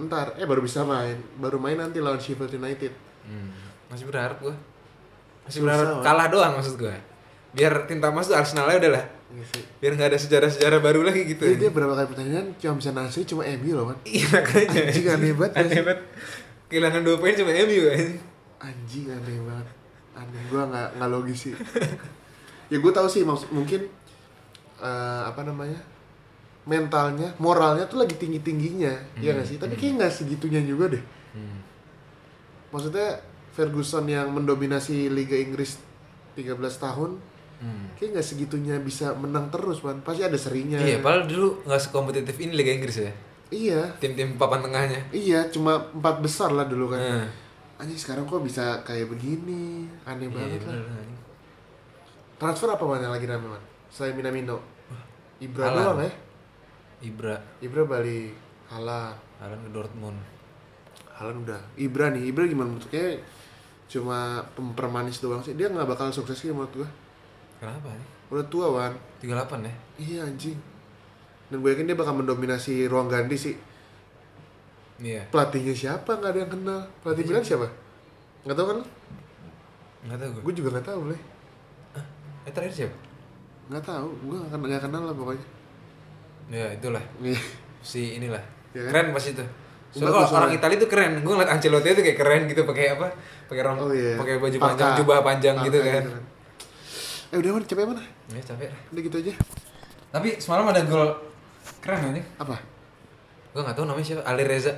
main nanti lawan Sheffield United. Masih berharap gue. Berharap kalah doang maksud gue. Biar tinta emas tuh Arsenalnya udah lah. Biar nggak ada sejarah baru lagi gitu. Jadi dia berapa kali pertandingan cuma bisa nasi cuma MU loh kan. Iya makanya. Anjing aneh banget. Kehilangan 2 poin cuma MU kan. Anjing aneh banget. Aneh, gue nggak logis sih. Ya gue tahu sih mungkin mentalnya, moralnya tuh lagi tingginya, ya nggak sih? Tapi kayak nggak segitunya juga deh. Maksudnya Ferguson yang mendominasi Liga Inggris 13 tahun, kayak nggak segitunya bisa menang terus, man. Pasti ada serinya. Iya, padahal dulu nggak sekompetitif ini Liga Inggris ya. Iya. Tim-tim papan tengahnya. Iya, cuma 4 besar lah dulu kan. Anjing sekarang kok bisa kayak begini, aneh banget lah. Transfer apa mana lagi namanya man? Selain Minamino, Ibra doang ya? Ibra balik, Haaland ke Dortmund. Haaland udah. Ibra gimana menurut kayak cuma pempermanis doang sih. Dia nggak bakal sukses sih menurut gua. Kenapa nih? Udah tua Wan. 38 ya? Iya anjing. Dan gue yakin dia bakal mendominasi ruang ganti sih. Iya. Pelatihnya siapa? Nggak ada yang kenal. Pelatih Milan siapa? Nggak tahu kan? Nggak tahu gue. Gue juga nggak tahu boleh. Terakhir siapa? Nggak tahu, gue nggak kenal lah pokoknya. Ya itulah. Si inilah. Ya, kan? Keren pas itu. Soalnya orang Italia tuh keren. Gue ngeliat Ancelotti itu kayak keren gitu, pakai apa? Pakai baju panjang, jubah panjang gitu kan. Udah man, capek mana? Ya capek. Udah gitu aja. Tapi semalam ada gol keren aja. Apa? Gue nggak tahu namanya siapa. Ali Reza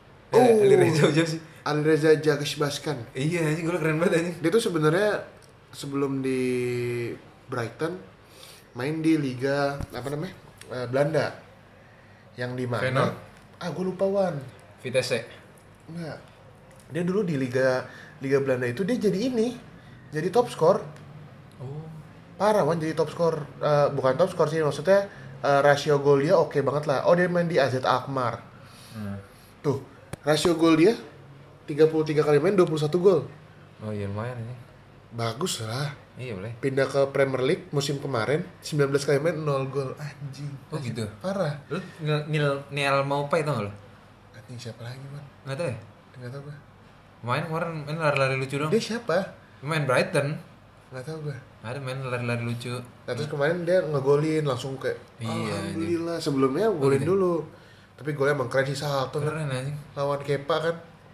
aja sih. Ali Reza Jagisbaskan. Iya, anjing gol keren banget anjing. Dia tuh sebenarnya sebelum di Brighton main di liga Belanda. Yang di mana? Gue lupa Wan. Vitesse. Enggak. Dia dulu di liga Belanda itu dia jadi top skor. Oh. Parah Wan, jadi top skor. Bukan top skor sih, maksudnya rasio gol dia oke banget lah. Oh, dia main di AZ Alkmaar. Tuh, rasio gol dia 33 kali main 21 gol. Oh iya lumayan ini. Bagus lah. Iya boleh. Pindah ke Premier League musim kemarin 19 kali main 0 gol. Anjing. Oh gitu. Parah. Lu Neal Maupay tau gak lu? Anjing siapa lagi man? Nggak tahu ya? Nggak tahu gue. Main kemarin lari-lari lucu dong. Dia siapa? Main Brighton. Nggak tahu gue. Ada main lari-lari lucu. Nah, terus kemarin dia ngegolin langsung kayak iya, alhamdulillah. Sebelumnya golin dulu. Tapi golnya emang keren sih salto. Keren anjing. Lawan Kepa kan.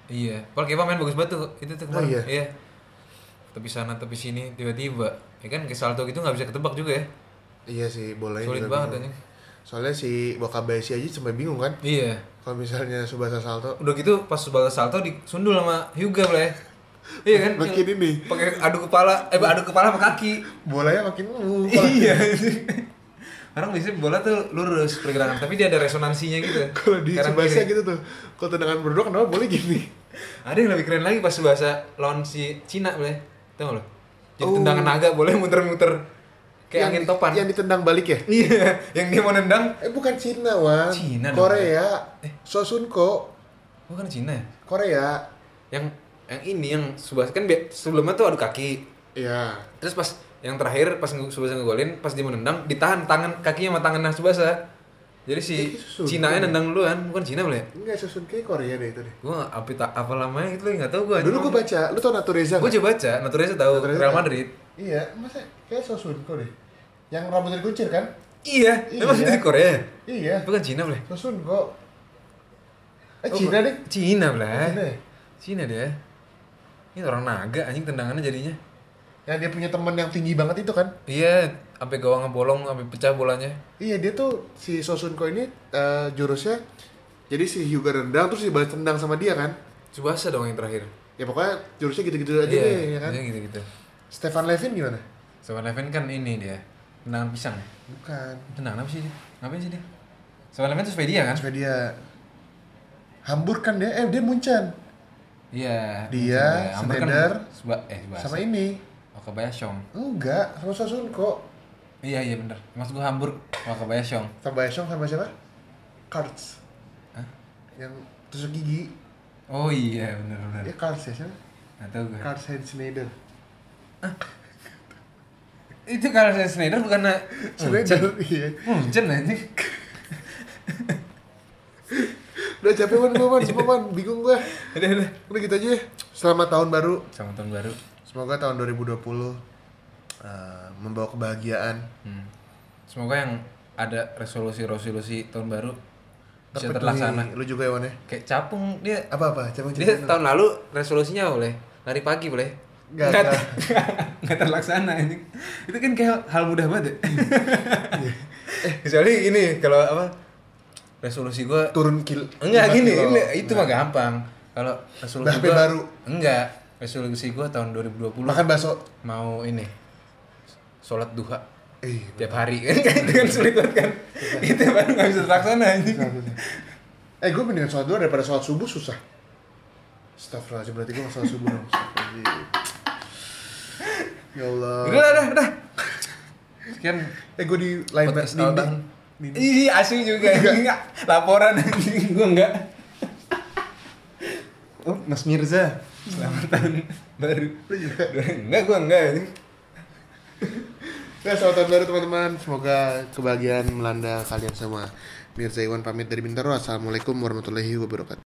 Iya, Paul Kepa main bagus banget tuh. Itu tuh kemarin. Iya. Tepi sana, tepi sini, tiba-tiba. Ya kan ke salto gitu nggak bisa ketebak juga ya. Iya sih, bolanya sulit banget anjing. Soalnya si Wakabayashi aja sampai bingung kan. Iya. Kalau misalnya Tsubasa salto. Udah gitu pas Tsubasa salto disundul sama Hyuga boleh. Iya kan? Makin ini. Pakai adu kepala sama kaki. Bolanya makin Iya. Orang biasanya bola tuh lurus pergerakan, tapi dia ada resonansinya gitu. Kalau di Tsubasa gitu tuh, kalau tendangan berdua kenapa boleh gini? Ada yang lebih keren lagi pas Tsubasa lawan si Cina boleh, tau gak lo? Jadi tendangan naga boleh muter-muter kayak yang angin topan. Yang ditendang balik ya? Iya, yang dia mau nendang. Bukan Cina, Wan. Cina Korea. Sosunko. Bukan Cina ya? Korea. Yang ini yang Tsubasa kan sebelumnya tuh adu kaki. Iya. Terus pas yang terakhir pas Tsubasa ngegolin, pas dia mau nendang ditahan tangan kakinya sama tangan Tsubasa. Jadi si Cina-nya nendang duluan, bukan Cina boleh? Enggak, Sosunko Korea deh itu deh. Gua apa lamanya gitu lagi enggak tahu gua. Dulu gua baca, lu tau Natureza? Gua coba baca, Natureza tahu Real Madrid. Iya, masa kayak Sosunko deh. Yang rambutnya dikuncir kan? Iya, memang dari Korea. Iya. Bukan Cina boleh? Sosunko. Cina deh. Cina boleh. Cina deh. Ini orang naga anjing tendangannya jadinya. Yang dia punya teman yang tinggi banget itu kan? Iya, sampai gawangnya bolong, sampai pecah bolanya. Iya, dia tuh si Sosunko ini jurusnya jadi si Hyuga nendang terus dibalas tendang sama dia kan? Tsubasa dong yang terakhir. Ya pokoknya jurusnya gitu-gitu aja deh, ya kan? Iya, gitu-gitu. Stefan Levin gimana? Stefan Levin kan ini dia, tendangan pisang ya? Bukan. Tendangan apa sih dia? Ngapain sih dia? Stefan Levin itu Swedia kan? Swedia. Hamburg kan dia, dia Munchen. Iya. Dia, Schneider, sama ini. Wakabayashi. Enggak, sama Sosunko. Iya bener. Maksud gua Hamburg, Wakabayashi. Wakabayashi sama siapa? Karts. Hah? Yang tusuk gigi. Oh iya bener. Ya Karts ya siapa? Nggak tahu gue. Karts Heinz Schneider. Itu kalau saya Schneider bukan Schneider, iya. Munchen aja. Udah capek man, semua bingung gua. Udah gitu aja. Selamat tahun baru. Selamat tahun baru. Semoga tahun 2020 membawa kebahagiaan. Semoga yang ada resolusi tahun baru bisa terlaksana. Lu juga ya, Wan ya? Kayak Capung dia. Apa? Capung dia tahun lalu resolusinya boleh lari pagi boleh. Enggak terlaksana anjing. Itu kan kayak hal mudah banget. Kecuali ini kalau apa? Resolusi gua turun enggak gini, itu mah gampang. Kalau resolusi gua baru. Enggak. Resolusi gua tahun 2020 makan bakso. Mau ini. Sholat duha. Tiap betul. hari kan itu kan sulit banget kan. Itu baru enggak bisa terlaksana anjing. Gue mendingan sholat duha daripada sholat subuh susah. Astagfirullahaladzim, berarti gue gak sholat subuh dong. Ya Allah. Udah. Sekian. Gue di lain dinding. Iya, asli juga. Enggak. Laporan anjing gue enggak. Oh, Mas Mirza. Selamat tahun baru. Lu juga? Enggak, gue enggak anjing. Ya, selamat tahun baru teman-teman. Semoga kebahagiaan melanda kalian semua. Mirza Iwan pamit dari Bintaro. Assalamualaikum warahmatullahi wabarakatuh.